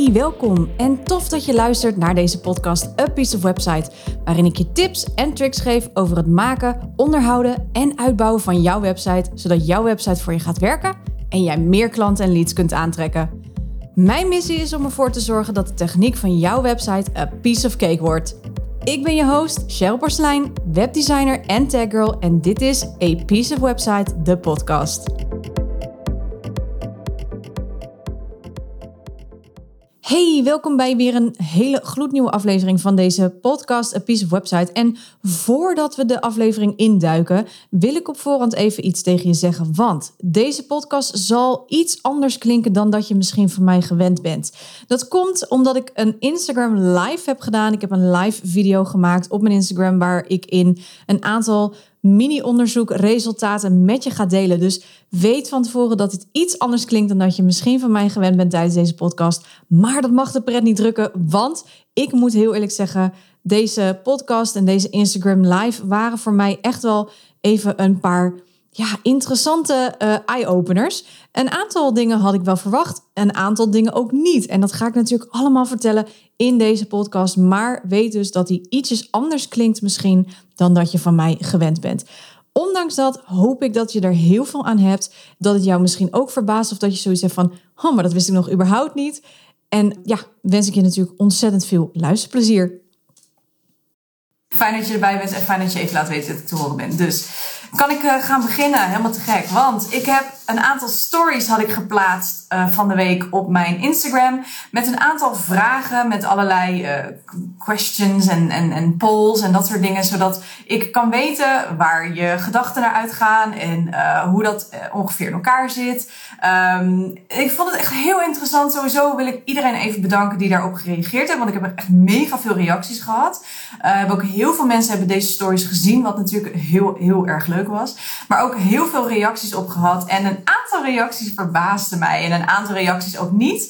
Hey, welkom en tof dat je luistert naar deze podcast A Piece of Website, waarin ik je tips en tricks geef over het maken, onderhouden en uitbouwen van jouw website, zodat jouw website voor je gaat werken en jij meer klanten en leads kunt aantrekken. Mijn missie is om ervoor te zorgen dat de techniek van jouw website a piece of cake wordt. Ik ben je host, Cheryl Porcelein, webdesigner en taggirl en dit is A Piece of Website, de podcast. Hey, welkom bij weer een hele gloednieuwe aflevering van deze podcast A Piece of Website. En voordat we de aflevering induiken, wil ik op voorhand even iets tegen je zeggen. Want deze podcast zal iets anders klinken dan dat je misschien van mij gewend bent. Dat komt omdat ik een Instagram live heb gedaan. Ik heb een live video gemaakt op mijn Instagram waar ik in een aantal mini-onderzoek resultaten met je ga delen. Dus weet van tevoren dat dit iets anders klinkt dan dat je misschien van mij gewend bent tijdens deze podcast. Maar dat mag de pret niet drukken, want ik moet heel eerlijk zeggen, deze podcast en deze Instagram live waren voor mij echt wel even een paar interessante eye-openers. Een aantal dingen had ik wel verwacht, een aantal dingen ook niet. En dat ga ik natuurlijk allemaal vertellen in deze podcast. Maar weet dus dat die ietsjes anders klinkt misschien dan dat je van mij gewend bent. Ondanks dat hoop ik dat je er heel veel aan hebt. Dat het jou misschien ook verbaast of dat je zoiets hebt van, maar dat wist ik nog überhaupt niet. En wens ik je natuurlijk ontzettend veel luisterplezier. Fijn dat je erbij bent en fijn dat je even laat weten dat ik te horen ben. Dus kan ik gaan beginnen? Helemaal te gek. Want ik heb een aantal stories had ik geplaatst van de week op mijn Instagram. Met een aantal vragen, met allerlei questions en polls en dat soort dingen. Zodat ik kan weten waar je gedachten naar uitgaan en hoe dat ongeveer in elkaar zit. Ik vond het echt heel interessant. Sowieso wil ik iedereen even bedanken die daarop gereageerd heeft. Want ik heb echt mega veel reacties gehad. Ook heel veel mensen hebben deze stories gezien. Wat natuurlijk heel, heel erg leuk was. Maar ook heel veel reacties op gehad. En een aantal reacties verbaasden mij. En een aantal reacties ook niet.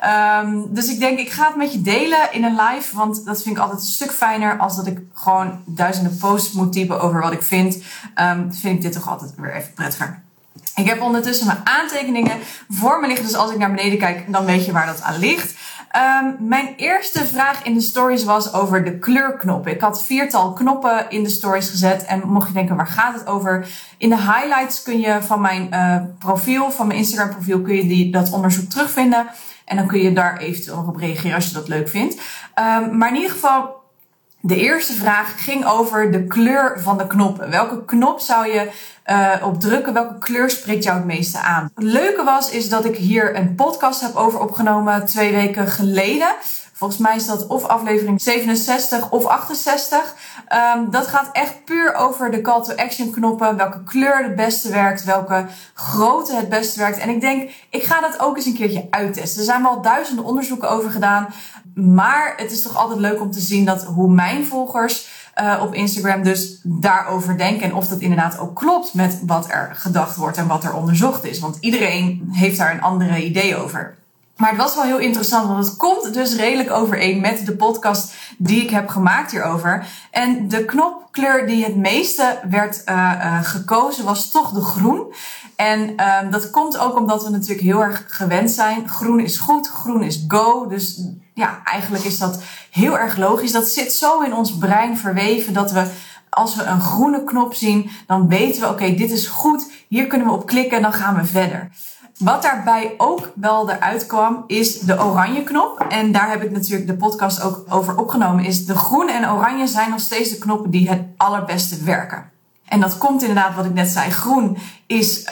Dus ik denk, ik ga het met je delen in een live. Want dat vind ik altijd een stuk fijner. Als dat ik gewoon duizenden posts moet typen over wat ik vind. Vind ik dit toch altijd weer even prettiger. Ik heb ondertussen mijn aantekeningen voor me liggen. Dus als ik naar beneden kijk, dan weet je waar dat aan ligt. Mijn eerste vraag in de stories was over de kleurknoppen. Ik had 4-tal knoppen in de stories gezet. En mocht je denken, waar gaat het over? In de highlights kun je van mijn profiel, van mijn Instagram profiel, kun je dat onderzoek terugvinden. En dan kun je daar eventueel nog op reageren als je dat leuk vindt. Maar in ieder geval, de eerste vraag ging over de kleur van de knoppen. Welke knop zou je op drukken? Welke kleur spreekt jou het meeste aan? Het leuke is dat ik hier een podcast heb over opgenomen 2 weken geleden. Volgens mij is dat of aflevering 67 of 68. Dat gaat echt puur over de call to action knoppen. Welke kleur het beste werkt. Welke grootte het beste werkt. En ik denk, ik ga dat ook eens een keertje uittesten. Er zijn al duizenden onderzoeken over gedaan. Maar het is toch altijd leuk om te zien dat hoe mijn volgers op Instagram dus daarover denken. En of dat inderdaad ook klopt met wat er gedacht wordt en wat er onderzocht is. Want iedereen heeft daar een andere idee over. Maar het was wel heel interessant, want het komt dus redelijk overeen met de podcast die ik heb gemaakt hierover. En de knopkleur die het meeste werd gekozen was toch de groen. En dat komt ook omdat we natuurlijk heel erg gewend zijn. Groen is goed, groen is go. Dus eigenlijk is dat heel erg logisch. Dat zit zo in ons brein verweven dat we, als we een groene knop zien, dan weten we, oké, dit is goed. Hier kunnen we op klikken en dan gaan we verder. Wat daarbij ook wel eruit kwam, is de oranje knop. En daar heb ik natuurlijk de podcast ook over opgenomen. Is de groen en oranje zijn nog steeds de knoppen die het allerbeste werken. En dat komt inderdaad, wat ik net zei. Groen is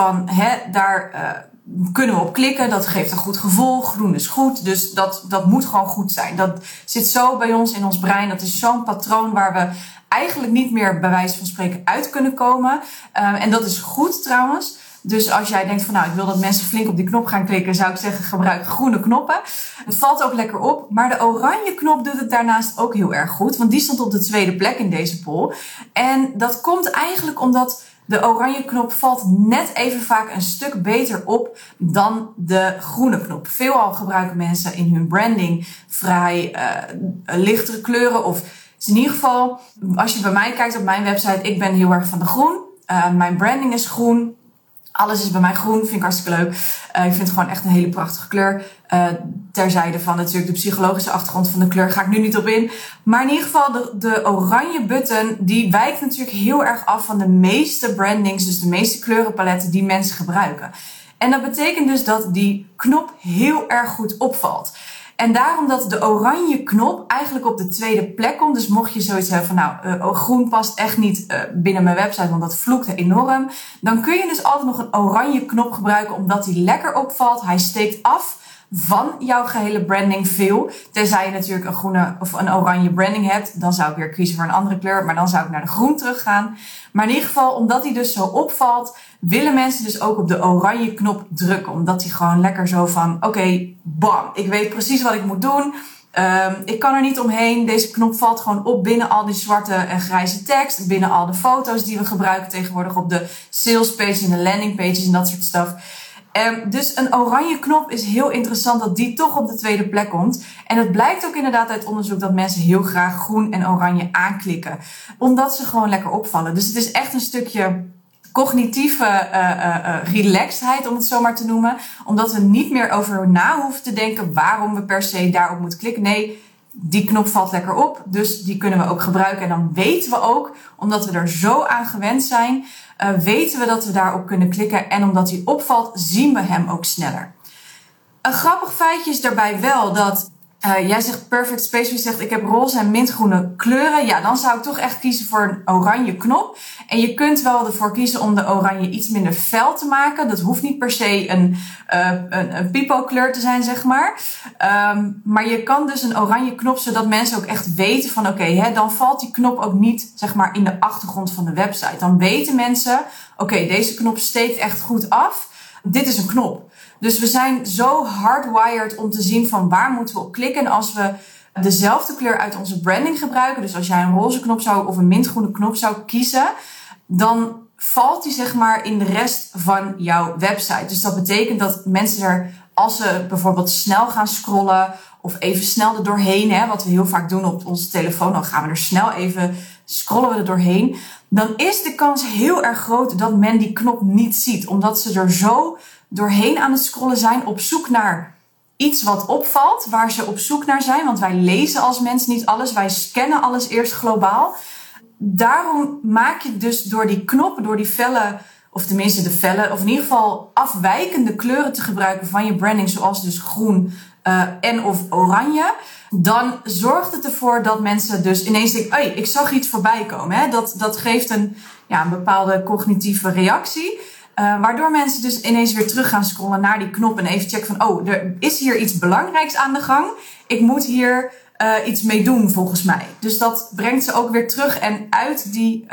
daar kunnen we op klikken. Dat geeft een goed gevoel. Groen is goed. Dus dat moet gewoon goed zijn. Dat zit zo bij ons in ons brein. Dat is zo'n patroon waar we eigenlijk niet meer bij wijze van spreken uit kunnen komen. En dat is goed trouwens. Dus als jij denkt van ik wil dat mensen flink op die knop gaan klikken, zou ik zeggen gebruik groene knoppen. Het valt ook lekker op, maar de oranje knop doet het daarnaast ook heel erg goed. Want die stond op de 2e plek in deze poll. En dat komt eigenlijk omdat de oranje knop valt net even vaak een stuk beter op dan de groene knop. Veelal gebruiken mensen in hun branding vrij lichtere kleuren. Of in ieder geval, als je bij mij kijkt op mijn website, ik ben heel erg van de groen. Mijn branding is groen. Alles is bij mij groen, vind ik hartstikke leuk. Ik vind het gewoon echt een hele prachtige kleur. Terzijde van natuurlijk de psychologische achtergrond van de kleur ga ik nu niet op in. Maar in ieder geval de oranje button die wijkt natuurlijk heel erg af van de meeste brandings. Dus de meeste kleurenpaletten die mensen gebruiken. En dat betekent dus dat die knop heel erg goed opvalt. En daarom dat de oranje knop eigenlijk op de tweede plek komt. Dus mocht je zoiets hebben van groen past echt niet binnen mijn website, want dat vloekt enorm. Dan kun je dus altijd nog een oranje knop gebruiken omdat die lekker opvalt. Hij steekt af van jouw gehele branding veel. Tenzij je natuurlijk een groene of een oranje branding hebt. Dan zou ik weer kiezen voor een andere kleur. Maar dan zou ik naar de groen teruggaan. Maar in ieder geval, omdat hij dus zo opvalt, willen mensen dus ook op de oranje knop drukken. Omdat hij gewoon lekker zo van, oké, bam. Ik weet precies wat ik moet doen. Ik kan er niet omheen. Deze knop valt gewoon op binnen al die zwarte en grijze tekst. Binnen al de foto's die we gebruiken tegenwoordig op de sales pages en de landing pages en dat soort stuff. Dus een oranje knop is heel interessant dat die toch op de tweede plek komt. En het blijkt ook inderdaad uit onderzoek dat mensen heel graag groen en oranje aanklikken. Omdat ze gewoon lekker opvallen. Dus het is echt een stukje cognitieve relaxedheid, om het zo maar te noemen. Omdat we niet meer over na hoeven te denken waarom we per se daarop moeten klikken. Nee, die knop valt lekker op, dus die kunnen we ook gebruiken. En dan weten we ook, omdat we er zo aan gewend zijn, weten we dat we daarop kunnen klikken. En omdat hij opvalt, zien we hem ook sneller. Een grappig feitje is daarbij wel dat jij zegt Perfect Space, je zegt ik heb roze en mintgroene kleuren. Ja, dan zou ik toch echt kiezen voor een oranje knop. En je kunt wel ervoor kiezen om de oranje iets minder fel te maken. Dat hoeft niet per se een pipo kleur te zijn, zeg maar. Maar je kan dus een oranje knop, zodat mensen ook echt weten van oké, dan valt die knop ook niet, zeg maar, in de achtergrond van de website. Dan weten mensen, oké, deze knop steekt echt goed af. Dit is een knop. Dus we zijn zo hardwired om te zien van waar moeten we op klikken. En als we dezelfde kleur uit onze branding gebruiken, dus als jij een roze knop zou of een mintgroene knop zou kiezen, dan valt die, zeg maar, in de rest van jouw website. Dus dat betekent dat mensen er, als ze bijvoorbeeld snel gaan scrollen of even snel er doorheen, wat we heel vaak doen op onze telefoon, dan gaan we er snel even, scrollen we er doorheen, dan is de kans heel erg groot dat men die knop niet ziet. Omdat ze er zo doorheen aan het scrollen zijn, op zoek naar iets wat opvalt, waar ze op zoek naar zijn. Want wij lezen als mens niet alles, wij scannen alles eerst globaal. Daarom maak je dus door die knoppen, door die felle, of tenminste de felle, of in ieder geval afwijkende kleuren te gebruiken van je branding, zoals dus groen en of oranje, dan zorgt het ervoor dat mensen dus ineens denken, hey, ik zag iets voorbij komen. Hè? Dat geeft een bepaalde cognitieve reactie. Waardoor mensen dus ineens weer terug gaan scrollen naar die knop en even checken van, er is hier iets belangrijks aan de gang. Ik moet hier iets mee doen volgens mij. Dus dat brengt ze ook weer terug en uit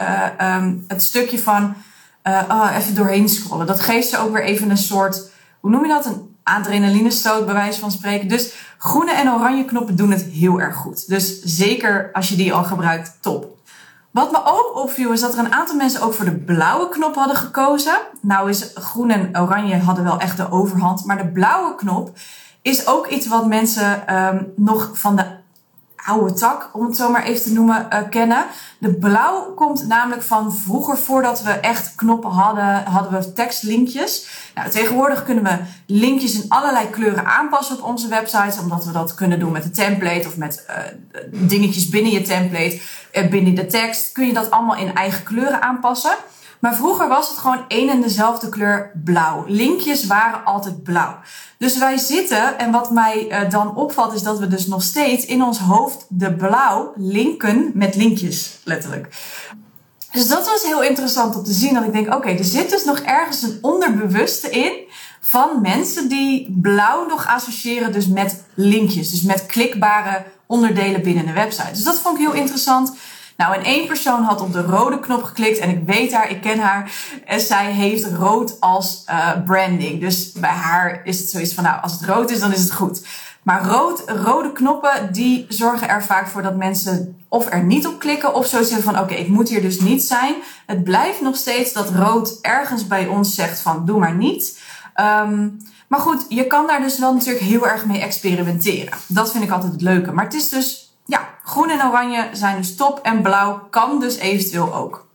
het stukje van even doorheen scrollen. Dat geeft ze ook weer even een soort, hoe noem je dat? Een adrenalinestoot bij wijze van spreken. Dus groene en oranje knoppen doen het heel erg goed. Dus zeker als je die al gebruikt, top. Wat me ook opviel is dat er een aantal mensen ook voor de blauwe knop hadden gekozen. Nou is groen en oranje hadden wel echt de overhand. Maar de blauwe knop is ook iets wat mensen nog van de oude tak, om het zo maar even te noemen, kennen. De blauw komt namelijk van vroeger, voordat we echt knoppen hadden we tekstlinkjes. Nou, tegenwoordig kunnen we linkjes in allerlei kleuren aanpassen op onze websites, omdat we dat kunnen doen met de template of met dingetjes binnen je template. Binnen de tekst kun je dat allemaal in eigen kleuren aanpassen. Maar vroeger was het gewoon één en dezelfde kleur blauw. Linkjes waren altijd blauw. Dus wij zitten, en wat mij dan opvalt is dat we dus nog steeds in ons hoofd de blauw linken met linkjes, letterlijk. Dus dat was heel interessant om te zien. Dat ik denk, oké, er zit dus nog ergens een onderbewuste in van mensen die blauw nog associëren dus met linkjes. Dus met klikbare onderdelen binnen de website. Dus dat vond ik heel interessant. Nou, en één persoon had op de rode knop geklikt en ik weet haar, ik ken haar. En zij heeft rood als branding. Dus bij haar is het zoiets van, nou, als het rood is, dan is het goed. Maar rode knoppen, die zorgen er vaak voor dat mensen of er niet op klikken of zoiets hebben van, oké, ik moet hier dus niet zijn. Het blijft nog steeds dat rood ergens bij ons zegt van, doe maar niet. Maar goed, je kan daar dus wel natuurlijk heel erg mee experimenteren. Dat vind ik altijd het leuke. Maar het is dus, groen en oranje zijn dus top en blauw kan dus eventueel ook.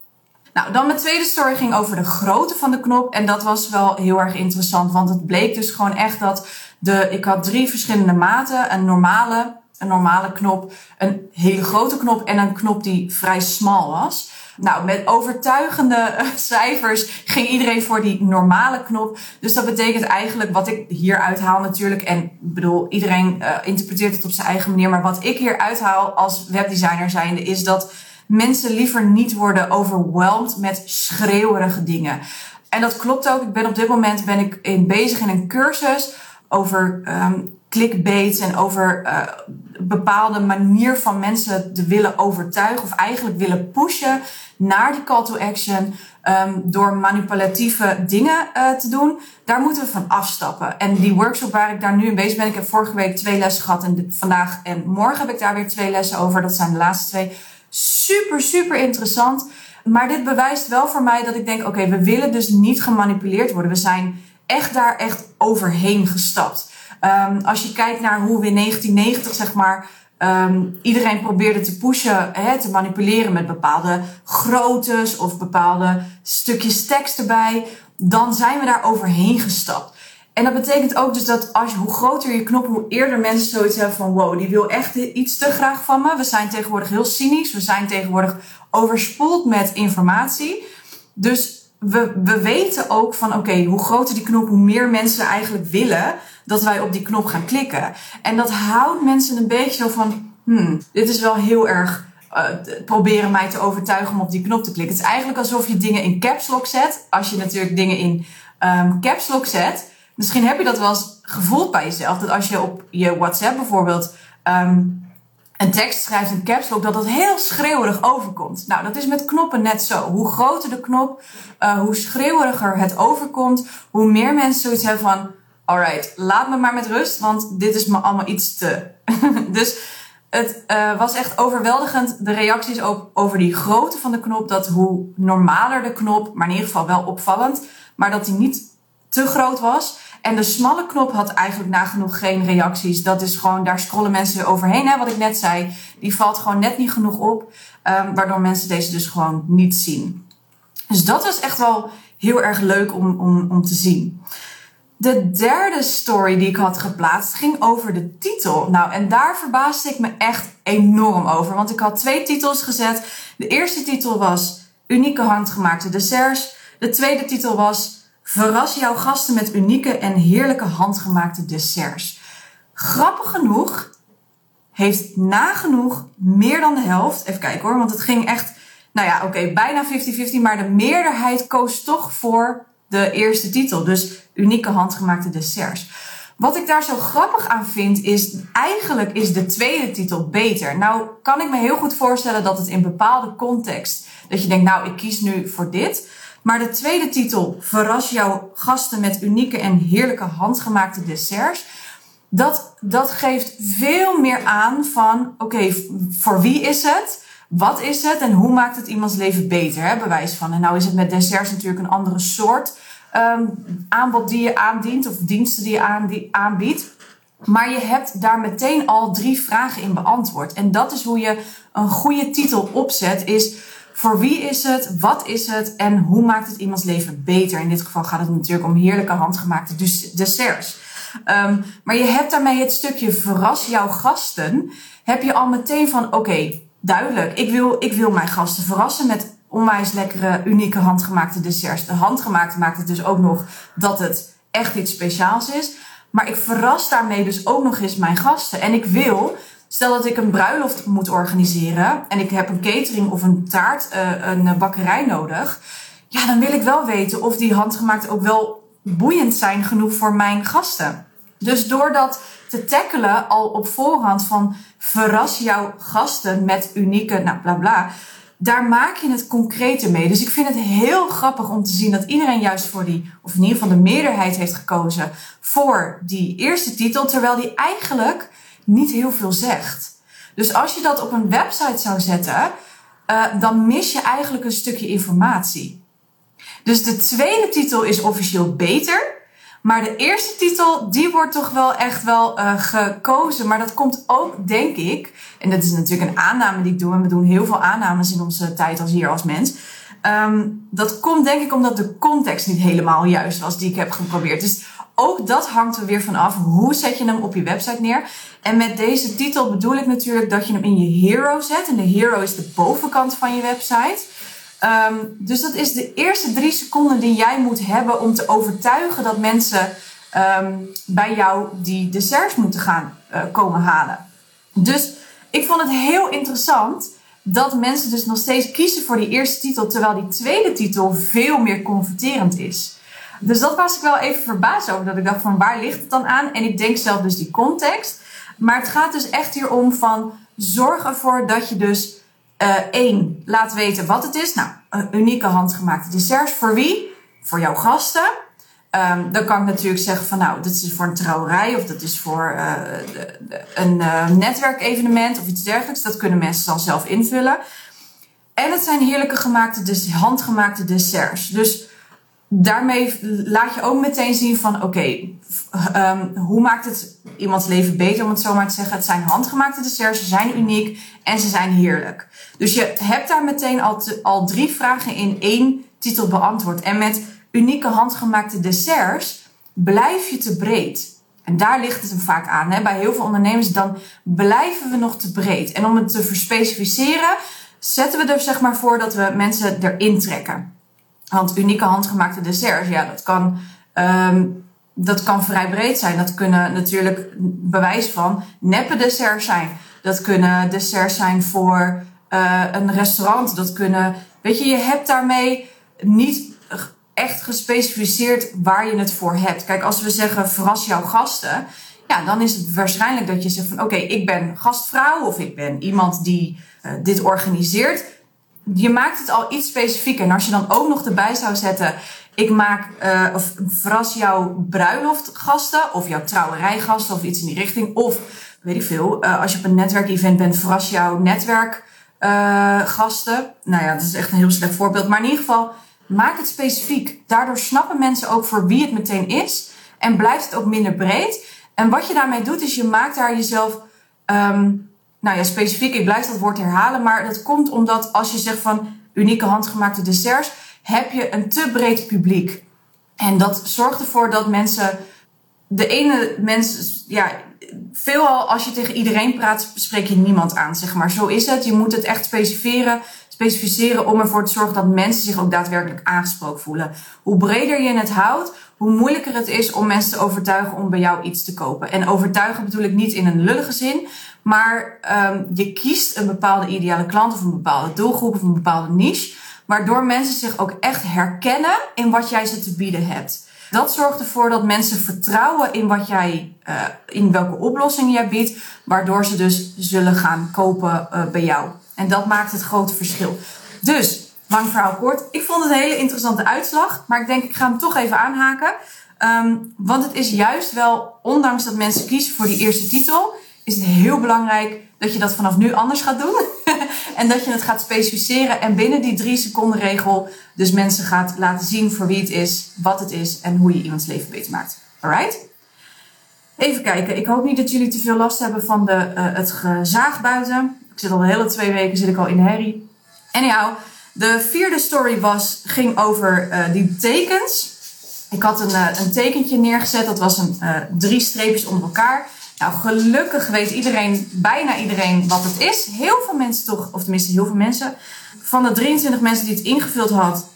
Nou, dan mijn tweede story ging over de grootte van de knop. En dat was wel heel erg interessant. Want het bleek dus gewoon echt dat ik had 3 verschillende maten. Een normale knop, een hele grote knop en een knop die vrij smal was. Nou, met overtuigende cijfers ging iedereen voor die normale knop. Dus dat betekent eigenlijk, wat ik hier uithaal natuurlijk, en ik bedoel, iedereen interpreteert het op zijn eigen manier, maar wat ik hier uithaal als webdesigner zijnde, is dat mensen liever niet worden overwhelmed met schreeuwerige dingen. En dat klopt ook. Op dit moment ben ik bezig in een cursus over clickbaits en over bepaalde manier van mensen te willen overtuigen of eigenlijk willen pushen naar die call to action door manipulatieve dingen te doen. Daar moeten we van afstappen. En die workshop waar ik daar nu in bezig ben, ik heb vorige week 2 lessen gehad en vandaag en morgen heb ik daar weer 2 lessen over. Dat zijn de laatste 2. Super, super interessant. Maar dit bewijst wel voor mij dat ik denk, oké, we willen dus niet gemanipuleerd worden. We zijn daar echt overheen gestapt. Als je kijkt naar hoe we in 1990, zeg maar, iedereen probeerde te pushen, te manipuleren met bepaalde groottes of bepaalde stukjes tekst erbij, dan zijn we daar overheen gestapt. En dat betekent ook dus dat hoe groter je knop, hoe eerder mensen zoiets hebben van wow, die wil echt iets te graag van me. We zijn tegenwoordig heel cynisch. We zijn tegenwoordig overspoeld met informatie. Dus we weten ook van oké, hoe groter die knop, hoe meer mensen eigenlijk willen dat wij op die knop gaan klikken. En dat houdt mensen een beetje zo van, dit is wel heel erg proberen mij te overtuigen om op die knop te klikken. Het is eigenlijk alsof je dingen in caps lock zet. Als je natuurlijk dingen in caps lock zet, misschien heb je dat wel eens gevoeld bij jezelf. Dat als je op je WhatsApp bijvoorbeeld een tekst schrijft in caps lock, dat dat heel schreeuwerig overkomt. Nou, dat is met knoppen net zo. Hoe groter de knop, hoe schreeuweriger het overkomt, hoe meer mensen zoiets hebben van, alright, laat me maar met rust, want dit is me allemaal iets te. Dus het was echt overweldigend, de reacties ook over die grootte van de knop, dat hoe normaler de knop, maar in ieder geval wel opvallend, maar dat die niet te groot was. En de smalle knop had eigenlijk nagenoeg geen reacties. Dat is gewoon, daar scrollen mensen overheen. Hè, wat ik net zei, die valt gewoon net niet genoeg op. Waardoor mensen deze dus gewoon niet zien. Dus dat was echt wel heel erg leuk om te zien. De derde story die ik had geplaatst ging over de titel. Nou, en daar verbaasde ik me echt enorm over. Want ik had 2 titels gezet. De eerste titel was unieke handgemaakte desserts. De tweede titel was verras jouw gasten met unieke en heerlijke handgemaakte desserts. Grappig genoeg heeft nagenoeg meer dan de helft, even kijken hoor, want het ging echt, bijna 50-50, maar de meerderheid koos toch voor de eerste titel, dus unieke handgemaakte desserts. Wat ik daar zo grappig aan vind is, eigenlijk is de tweede titel beter. Nou kan ik me heel goed voorstellen dat het in bepaalde context, dat je denkt, nou ik kies nu voor dit. Maar de tweede titel, verras jouw gasten met unieke en heerlijke handgemaakte desserts. Dat geeft veel meer aan van, oké, voor wie is het? Wat is het? En hoe maakt het iemands leven beter? Hè? Bewijs van. En nou is het met desserts natuurlijk een andere soort aanbod die je aandient. Of diensten die je aanbiedt. Maar je hebt daar meteen al 3 vragen in beantwoord. En dat is hoe je een goede titel opzet, is voor wie is het, wat is het en hoe maakt het iemands leven beter? In dit geval gaat het natuurlijk om heerlijke handgemaakte desserts. Maar je hebt daarmee het stukje verras jouw gasten. Heb je al meteen van oké, duidelijk. Ik wil mijn gasten verrassen met onwijs lekkere, unieke handgemaakte desserts. De handgemaakte maakt het dus ook nog dat het echt iets speciaals is. Maar ik verras daarmee dus ook nog eens mijn gasten. En ik wil, stel dat ik een bruiloft moet organiseren en ik heb een catering of een taart, een bakkerij nodig. Ja, dan wil ik wel weten of die handgemaakte ook wel boeiend zijn genoeg voor mijn gasten. Dus door dat te tackelen al op voorhand van verras jouw gasten met unieke, bla bla. Daar maak je het concreter mee. Dus ik vind het heel grappig om te zien dat iedereen juist voor die, of in ieder geval de meerderheid heeft gekozen voor die eerste titel, terwijl die eigenlijk niet heel veel zegt. Dus als je dat op een website zou zetten, dan mis je eigenlijk een stukje informatie. Dus de tweede titel is officieel beter. Maar de eerste titel, die wordt toch wel echt wel gekozen. Maar dat komt ook, denk ik, en dat is natuurlijk een aanname die ik doe. En we doen heel veel aannames in onze tijd als mens. Dat komt denk ik omdat de context niet helemaal juist was die ik heb geprobeerd. Dus ook dat hangt er weer van af. Hoe zet je hem op je website neer? En met deze titel bedoel ik natuurlijk dat je hem in je hero zet. En de hero is de bovenkant van je website. Dus dat is de eerste 3 seconden die jij moet hebben om te overtuigen dat mensen bij jou die desserts moeten gaan komen halen. Dus ik vond het heel interessant dat mensen dus nog steeds kiezen voor die eerste titel, terwijl die tweede titel veel meer converterend is. Dus dat was ik wel even verbaasd over, dat ik dacht van waar ligt het dan aan? En ik denk zelf dus die context. Maar het gaat dus echt hier om van zorg ervoor dat je dus 1, laat weten wat het is. Nou, unieke handgemaakte desserts. Voor wie? Voor jouw gasten. Dan kan ik natuurlijk zeggen van nou, dit is voor een trouwerij of dat is voor een netwerkevenement of iets dergelijks. Dat kunnen mensen dan zelf invullen. En het zijn heerlijke handgemaakte desserts. Dus daarmee laat je ook meteen zien van oké, hoe maakt het iemands leven beter, om het zo maar te zeggen. Het zijn handgemaakte desserts, ze zijn uniek en ze zijn heerlijk. Dus je hebt daar meteen al 3 vragen in 1 titel beantwoord. En met unieke handgemaakte desserts blijf je te breed. En daar ligt het hem vaak aan. Hè? Bij heel veel ondernemers dan blijven we nog te breed. En om het te verspecificeren zetten we er zeg maar voor dat we mensen erin trekken. Want unieke handgemaakte desserts, ja, dat kan vrij breed zijn. Dat kunnen natuurlijk bewijs van neppe desserts zijn. Dat kunnen desserts zijn voor een restaurant. Dat kunnen, weet je hebt daarmee niet echt gespecificeerd waar je het voor hebt. Kijk, als we zeggen verras jouw gasten, ja, dan is het waarschijnlijk dat je zegt van oké, ik ben gastvrouw of ik ben iemand die dit organiseert. Je maakt het al iets specifieker. En als je dan ook nog erbij zou zetten, ik maak of verras jouw bruiloftgasten of jouw trouwerijgasten of iets in die richting. Of weet ik veel, als je op een netwerkevent bent, verras jouw netwerkgasten. Nou ja, dat is echt een heel slecht voorbeeld. Maar in ieder geval, maak het specifiek. Daardoor snappen mensen ook voor wie het meteen is. En blijft het ook minder breed. En wat je daarmee doet, is je maakt daar jezelf specifiek. Ik blijf dat woord herhalen. Maar dat komt omdat als je zegt van unieke handgemaakte desserts, heb je een te breed publiek. En dat zorgt ervoor dat mensen, veelal als je tegen iedereen praat, spreek je niemand aan, zeg maar. Zo is het. Je moet het echt specificeren om ervoor te zorgen dat mensen zich ook daadwerkelijk aangesproken voelen. Hoe breder je het houdt, hoe moeilijker het is om mensen te overtuigen om bij jou iets te kopen. En overtuigen bedoel ik niet in een lullige zin, maar je kiest een bepaalde ideale klant of een bepaalde doelgroep of een bepaalde niche, waardoor mensen zich ook echt herkennen in wat jij ze te bieden hebt. Dat zorgt ervoor dat mensen vertrouwen in wat jij, in welke oplossing jij biedt, waardoor ze dus zullen gaan kopen bij jou. En dat maakt het grote verschil. Dus, lang verhaal kort. Ik vond het een hele interessante uitslag, maar ik denk ik ga hem toch even aanhaken. Want het is juist wel, ondanks dat mensen kiezen voor die eerste titel, is het heel belangrijk dat je dat vanaf nu anders gaat doen. En dat je het gaat specificeren en binnen die 3 seconden regel dus mensen gaat laten zien voor wie het is, wat het is en hoe je iemands leven beter maakt. Alright? Even kijken. Ik hoop niet dat jullie te veel last hebben van het gezaag buiten. Ik zit al de hele 2 weken zit ik al in de herrie. Anyhow, de 4e story ging over die tekens. Ik had een tekentje neergezet. Dat was 3 streepjes onder elkaar. Nou, gelukkig weet bijna iedereen wat het is. Heel veel mensen toch, of tenminste heel veel mensen. Van de 23 mensen die het ingevuld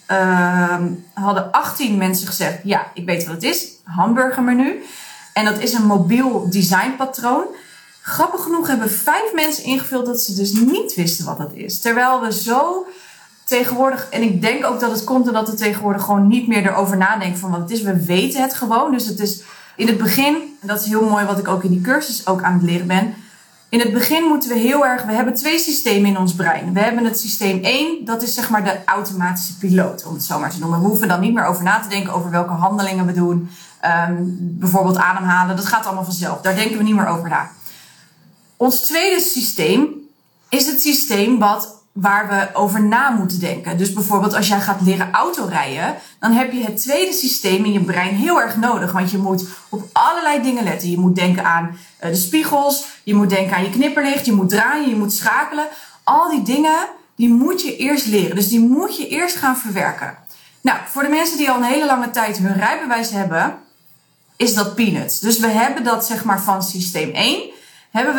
hadden 18 mensen gezegd, ja, ik weet wat het is. Hamburgermenu. En dat is een mobiel designpatroon. Grappig genoeg hebben 5 mensen ingevuld dat ze dus niet wisten wat dat is. Terwijl we zo tegenwoordig, en ik denk ook dat het komt omdat we tegenwoordig gewoon niet meer erover nadenken van wat het is. We weten het gewoon. Dus het is in het begin, en dat is heel mooi wat ik ook in die cursus ook aan het leren ben. In het begin moeten we hebben 2 systemen in ons brein. We hebben het systeem 1, dat is zeg maar de automatische piloot, om het zo maar te noemen. We hoeven dan niet meer over na te denken over welke handelingen we doen. Bijvoorbeeld ademhalen, dat gaat allemaal vanzelf. Daar denken we niet meer over na. Ons tweede systeem is het systeem waar we over na moeten denken. Dus bijvoorbeeld als jij gaat leren autorijden, dan heb je het tweede systeem in je brein heel erg nodig. Want je moet op allerlei dingen letten. Je moet denken aan de spiegels, je moet denken aan je knipperlicht, je moet draaien, je moet schakelen. Al die dingen die moet je eerst leren. Dus die moet je eerst gaan verwerken. Nou, voor de mensen die al een hele lange tijd hun rijbewijs hebben, is dat peanuts. Dus we hebben dat zeg maar van systeem 1, hebben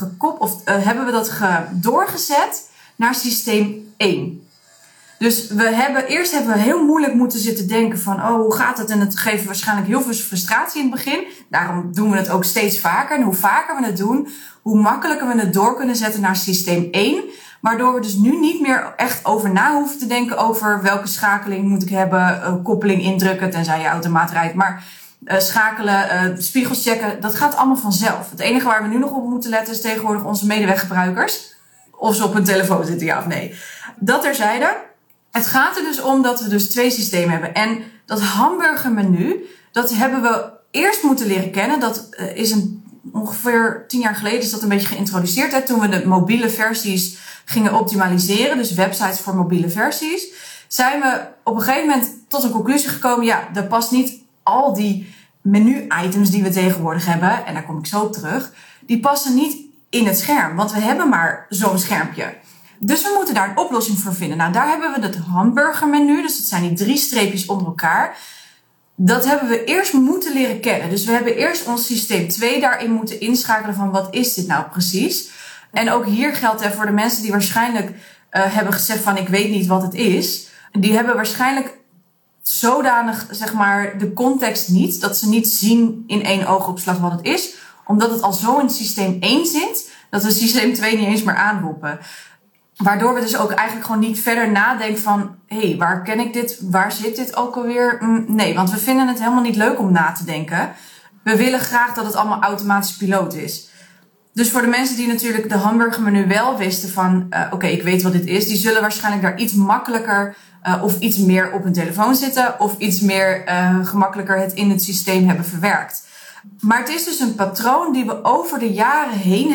we dat doorgezet naar systeem 1. Dus eerst hebben we heel moeilijk moeten zitten denken van, oh, hoe gaat het? En het geeft waarschijnlijk heel veel frustratie in het begin. Daarom doen we het ook steeds vaker. En hoe vaker we het doen, hoe makkelijker we het door kunnen zetten naar systeem 1. Waardoor we dus nu niet meer echt over na hoeven te denken over welke schakeling moet ik hebben, koppeling indrukken, tenzij je automaat rijdt. Maar schakelen, spiegels checken, dat gaat allemaal vanzelf. Het enige waar we nu nog op moeten letten is tegenwoordig onze medeweggebruikers. Of ze op hun telefoon zitten, ja of nee. Dat terzijde. Het gaat er dus om dat we dus 2 systemen hebben. En dat hamburgermenu, dat hebben we eerst moeten leren kennen. Dat is ongeveer 10 jaar geleden is dat een beetje geïntroduceerd. Hè, toen we de mobiele versies gingen optimaliseren, dus websites voor mobiele versies, zijn we op een gegeven moment tot een conclusie gekomen. Ja, dat past niet al die menu-items die we tegenwoordig hebben, en daar kom ik zo op terug, die passen niet in het scherm. Want we hebben maar zo'n schermpje. Dus we moeten daar een oplossing voor vinden. Nou, daar hebben we het hamburgermenu. Dus dat zijn die 3 streepjes onder elkaar. Dat hebben we eerst moeten leren kennen. Dus we hebben eerst ons systeem 2 daarin moeten inschakelen van wat is dit nou precies. En ook hier geldt voor de mensen die waarschijnlijk hebben gezegd van ik weet niet wat het is. Die hebben waarschijnlijk zodanig zeg maar de context niet. Dat ze niet zien in 1 oogopslag wat het is. Omdat het al zo in systeem 1 zit. Dat we systeem 2 niet eens meer aanroepen. Waardoor we dus ook eigenlijk gewoon niet verder nadenken van hé, waar ken ik dit? Waar zit dit ook alweer? Nee, want we vinden het helemaal niet leuk om na te denken. We willen graag dat het allemaal automatisch piloot is. Dus voor de mensen die natuurlijk de hamburgermenu wel wisten van oké, ik weet wat dit is. Die zullen waarschijnlijk daar iets makkelijker of iets meer op hun telefoon zitten. Of iets meer gemakkelijker het in het systeem hebben verwerkt. Maar het is dus een patroon die we over de jaren heen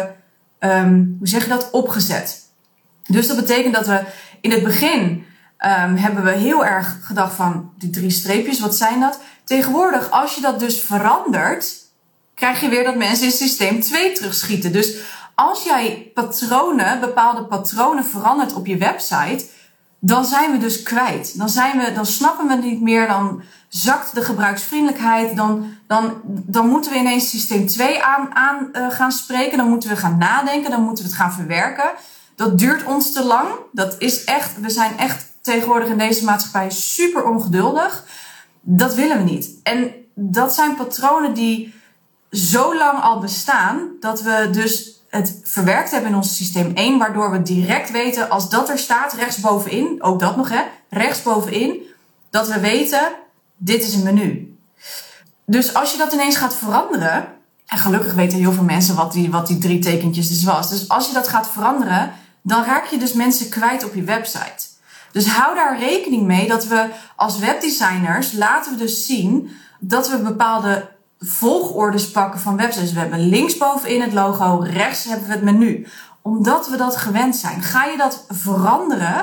hebben opgezet. Dus dat betekent dat we in het begin hebben we heel erg gedacht van die 3 streepjes, wat zijn dat? Tegenwoordig, als je dat dus verandert, krijg je weer dat mensen in systeem 2 terugschieten. Dus als jij bepaalde patronen verandert op je website, dan zijn we dus kwijt. Dan snappen we het niet meer, dan zakt de gebruiksvriendelijkheid, dan moeten we ineens systeem 2 aan gaan spreken, dan moeten we gaan nadenken, dan moeten we het gaan verwerken. Dat duurt ons te lang. We zijn echt tegenwoordig in deze maatschappij super ongeduldig. Dat willen we niet. En dat zijn patronen die zo lang al bestaan, dat we dus het verwerkt hebben in ons systeem 1, waardoor we direct weten, als dat er staat, rechtsbovenin, ook dat nog rechtsbovenin, dat we weten, dit is een menu. Dus als je dat ineens gaat veranderen, en gelukkig weten heel veel mensen wat die 3 tekentjes dus was. Dus als je dat gaat veranderen, dan raak je dus mensen kwijt op je website. Dus hou daar rekening mee dat we als webdesigners laten we dus zien dat we bepaalde volgordes pakken van websites. We hebben linksbovenin het logo, rechts hebben we het menu. Omdat we dat gewend zijn. Ga je dat veranderen,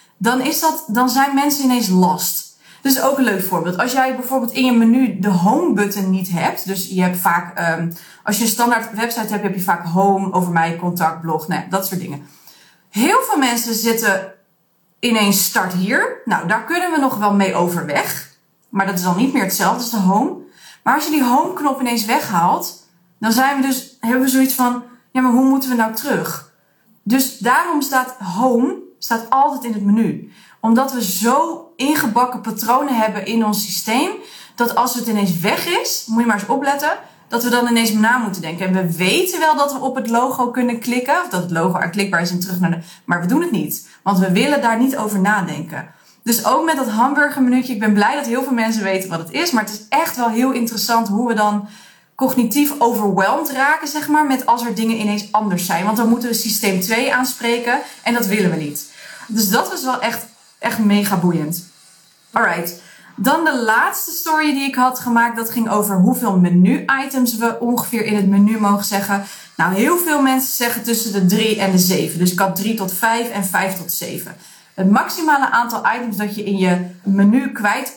dan zijn mensen ineens last. Dus ook een leuk voorbeeld. Als jij bijvoorbeeld in je menu de home button niet hebt. Dus je hebt vaak, als je een standaard website hebt, heb je vaak home, over mij, contact, blog, dat soort dingen. Heel veel mensen zitten ineens start hier. Nou, daar kunnen we nog wel mee overweg. Maar dat is dan niet meer hetzelfde als de home. Maar als je die home knop ineens weghaalt, dan hebben we zoiets van, ja, maar hoe moeten we nou terug? Dus daarom staat home altijd in het menu. Omdat we zo ingebakken patronen hebben in ons systeem, dat als het ineens weg is, moet je maar eens opletten, dat we dan ineens na moeten denken. En we weten wel dat we op het logo kunnen klikken, of dat het logo aanklikbaar is en terug maar we doen het niet. Want we willen daar niet over nadenken. Dus ook met dat hamburgermenuutje, ik ben blij dat heel veel mensen weten wat het is, maar het is echt wel heel interessant hoe we dan cognitief overwhelmed raken, zeg maar, met als er dingen ineens anders zijn. Want dan moeten we systeem 2 aanspreken en dat willen we niet. Dus dat is wel echt mega boeiend. Alright. Dan de laatste story die ik had gemaakt, dat ging over hoeveel menu-items we ongeveer in het menu mogen zeggen. Nou, heel veel mensen zeggen tussen de 3 en de 7. Dus ik had 3 tot 5 en 5 tot 7. Het maximale aantal items dat je in je menu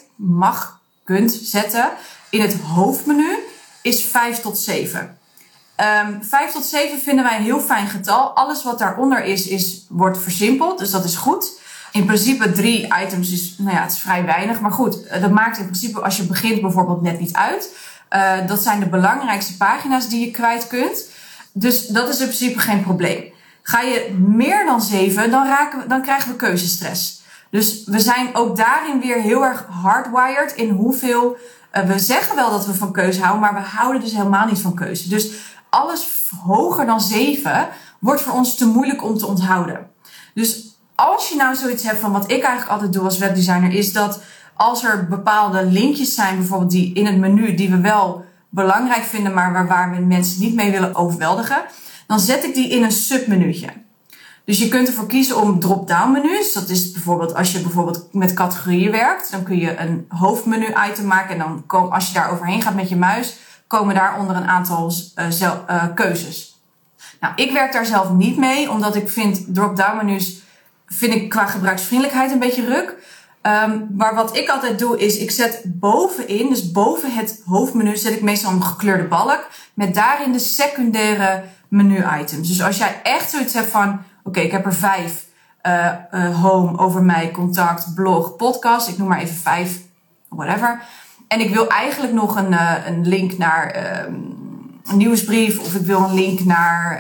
kunt zetten in het hoofdmenu is 5 tot 7. 5 tot 7 vinden wij een heel fijn getal. Alles wat daaronder wordt versimpeld, dus dat is goed. In principe 3 items is, het is vrij weinig. Maar goed, dat maakt in principe als je begint bijvoorbeeld net niet uit. Dat zijn de belangrijkste pagina's die je kwijt kunt. Dus dat is in principe geen probleem. Ga je meer dan 7, dan krijgen we keuzestress. Dus we zijn ook daarin weer heel erg hardwired in hoeveel... we zeggen wel dat we van keuze houden, maar we houden dus helemaal niet van keuze. Dus alles hoger dan 7 wordt voor ons te moeilijk om te onthouden. Dus als je nou zoiets hebt van wat ik eigenlijk altijd doe als webdesigner, is dat als er bepaalde linkjes zijn, bijvoorbeeld die in het menu, die we wel belangrijk vinden, maar waar we mensen niet mee willen overweldigen, dan zet ik die in een submenuutje. Dus je kunt ervoor kiezen om drop-down menus. Dat is bijvoorbeeld als je bijvoorbeeld met categorieën werkt. Dan kun je een hoofdmenu item maken. En dan als je daar overheen gaat met je muis, komen daaronder een aantal keuzes. Nou, ik werk daar zelf niet mee. Omdat ik vind drop-down menus qua gebruiksvriendelijkheid een beetje ruk. Maar wat ik altijd doe is, ik zet bovenin, dus boven het hoofdmenu, zet ik meestal een gekleurde balk. Met daarin de secundaire menu-items. Dus als jij echt zoiets hebt van, oké, ik heb er 5. Home, over mij, contact, blog, podcast. Ik noem maar even 5, whatever. En ik wil eigenlijk nog een link naar een nieuwsbrief. Of ik wil een link naar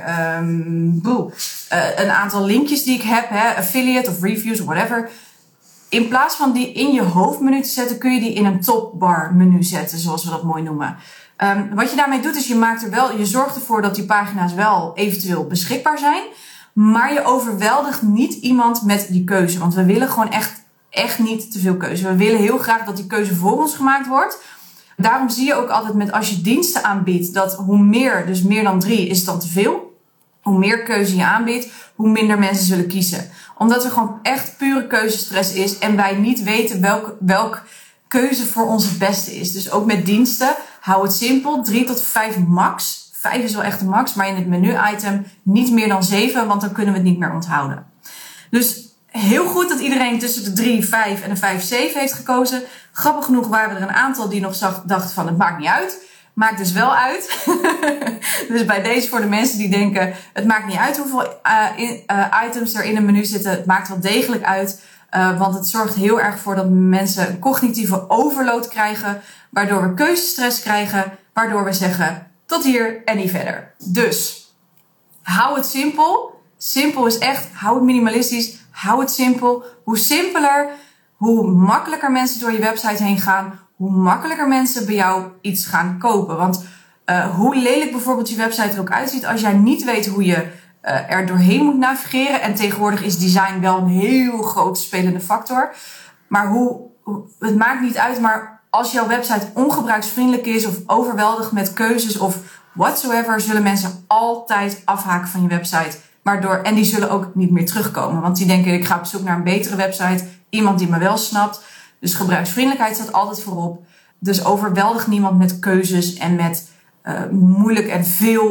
een aantal linkjes die ik heb. Affiliate of reviews of whatever. In plaats van die in je hoofdmenu te zetten, kun je die in een topbar menu zetten. Zoals we dat mooi noemen. Wat je daarmee doet is je zorgt ervoor dat die pagina's wel eventueel beschikbaar zijn. Maar je overweldigt niet iemand met die keuze. Want we willen gewoon echt niet te veel keuze. We willen heel graag dat die keuze voor ons gemaakt wordt. Daarom zie je ook altijd met als je diensten aanbiedt, dat hoe meer, dus meer dan 3 is dan te veel. Hoe meer keuze je aanbiedt, hoe minder mensen zullen kiezen. Omdat er gewoon echt pure keuzestress is en wij niet weten welk keuze voor ons het beste is. Dus ook met diensten, hou het simpel, 3 tot 5 max. 5 is wel echt de max, maar in het menu-item niet meer dan 7, want dan kunnen we het niet meer onthouden. Dus heel goed dat iedereen tussen de 3, 5 en de 5, 7 heeft gekozen. Grappig genoeg waren er een aantal die nog dachten van het maakt niet uit. Maakt dus wel uit. Dus bij deze voor de mensen die denken het maakt niet uit hoeveel items er in een menu zitten. Het maakt wel degelijk uit. Want het zorgt heel erg voor dat mensen een cognitieve overload krijgen. Waardoor we keuzestress krijgen. Waardoor we zeggen tot hier en niet verder. Dus hou het simpel. Simpel is echt, hou het minimalistisch. Hou het simpel. Hoe simpeler, hoe makkelijker mensen door je website heen gaan. Hoe makkelijker mensen bij jou iets gaan kopen. Want hoe lelijk bijvoorbeeld je website er ook uitziet, als jij niet weet hoe je er doorheen moet navigeren. En tegenwoordig is design wel een heel groot spelende factor. Maar het maakt niet uit, maar als jouw website ongebruiksvriendelijk is of overweldigd met keuzes of whatsoever, zullen mensen altijd afhaken van je website. En die zullen ook niet meer terugkomen. Want die denken, ik ga op zoek naar een betere website. Iemand die me wel snapt. Dus gebruiksvriendelijkheid staat altijd voorop. Dus overweldig niemand met keuzes en met moeilijk en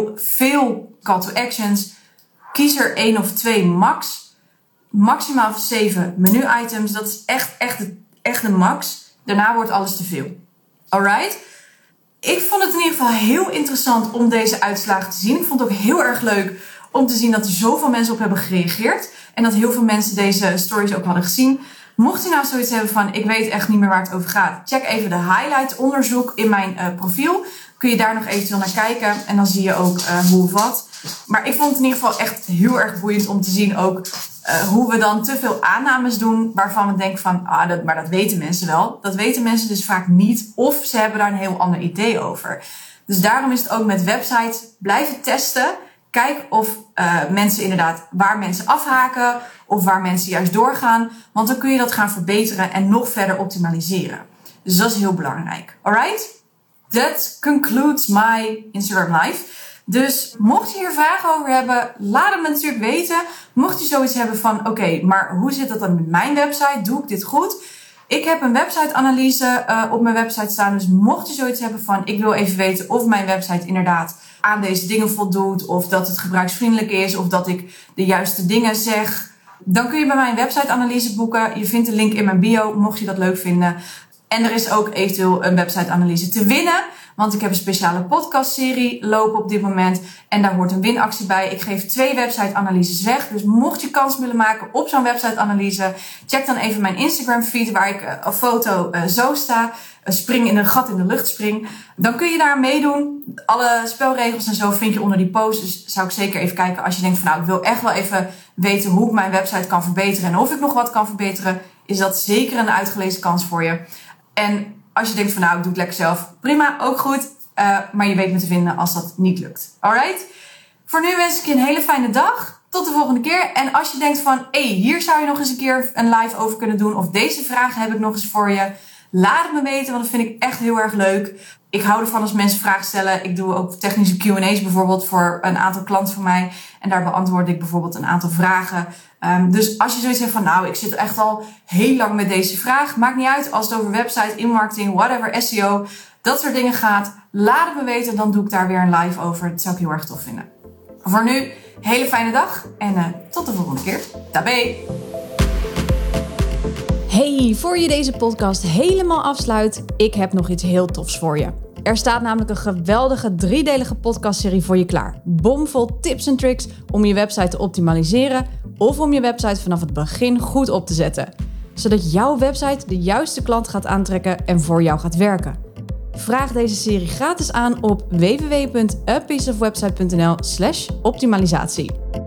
veel call to actions. Kies er 1 of 2 max. Maximaal 7 menu-items. Dat is echt de max. Daarna wordt alles te veel. Alright? Ik vond het in ieder geval heel interessant om deze uitslagen te zien. Ik vond het ook heel erg leuk om te zien dat er zoveel mensen op hebben gereageerd. En dat heel veel mensen deze stories ook hadden gezien. Mocht u nou zoiets hebben van, ik weet echt niet meer waar het over gaat, check even de highlight onderzoek in mijn profiel. Kun je daar nog eventueel naar kijken en dan zie je ook hoe of wat. Maar ik vond het in ieder geval echt heel erg boeiend om te zien ook hoe we dan te veel aannames doen waarvan we denken van, maar dat weten mensen wel. Dat weten mensen dus vaak niet of ze hebben daar een heel ander idee over. Dus daarom is het ook met websites blijven testen. Kijk of mensen inderdaad, waar mensen afhaken of waar mensen juist doorgaan. Want dan kun je dat gaan verbeteren en nog verder optimaliseren. Dus dat is heel belangrijk. Alright? That concludes my Instagram live. Dus mocht je hier vragen over hebben, laat het me natuurlijk weten. Mocht je zoiets hebben van, oké, maar hoe zit dat dan met mijn website? Doe ik dit goed? Ik heb een website-analyse op mijn website staan. Dus mocht je zoiets hebben van, ik wil even weten of mijn website inderdaad aan deze dingen voldoet. Of dat het gebruiksvriendelijk is. Of dat ik de juiste dingen zeg. Dan kun je bij mij een website-analyse boeken. Je vindt de link in mijn bio, mocht je dat leuk vinden. En er is ook eventueel een website-analyse te winnen. Want ik heb een speciale podcastserie lopen op dit moment. En daar hoort een winactie bij. Ik geef 2 website-analyses weg. Dus mocht je kans willen maken op zo'n website-analyse, check dan even mijn Instagram feed waar ik een foto zo sta. Spring in een gat in de lucht spring. Dan kun je daar meedoen. Alle spelregels en zo vind je onder die post. Dus zou ik zeker even kijken als je denkt van ik wil echt wel even weten hoe ik mijn website kan verbeteren. En of ik nog wat kan verbeteren. Is dat zeker een uitgelezen kans voor je. En als je denkt van ik doe het lekker zelf. Prima, ook goed. Maar je weet me te vinden als dat niet lukt. Alright? Voor nu wens ik je een hele fijne dag. Tot de volgende keer. En als je denkt van hier zou je nog eens een keer een live over kunnen doen. Of deze vragen heb ik nog eens voor je. Laat het me weten, want dat vind ik echt heel erg leuk. Ik hou ervan als mensen vragen stellen. Ik doe ook technische Q&A's bijvoorbeeld voor een aantal klanten van mij. En daar beantwoord ik bijvoorbeeld een aantal vragen. Dus als je zoiets hebt van ik zit echt al heel lang met deze vraag. Maakt niet uit als het over website, inmarketing, whatever, SEO, dat soort dingen gaat. Laat het me weten, dan doe ik daar weer een live over. Dat zou ik heel erg tof vinden. Voor nu, hele fijne dag en tot de volgende keer. Tabé! Hey, voor je deze podcast helemaal afsluit, ik heb nog iets heel tofs voor je. Er staat namelijk een geweldige 3-delige podcastserie voor je klaar. Bomvol tips en tricks om je website te optimaliseren of om je website vanaf het begin goed op te zetten. Zodat jouw website de juiste klant gaat aantrekken en voor jou gaat werken. Vraag deze serie gratis aan op www.apieceofwebsite.nl/optimalisatie.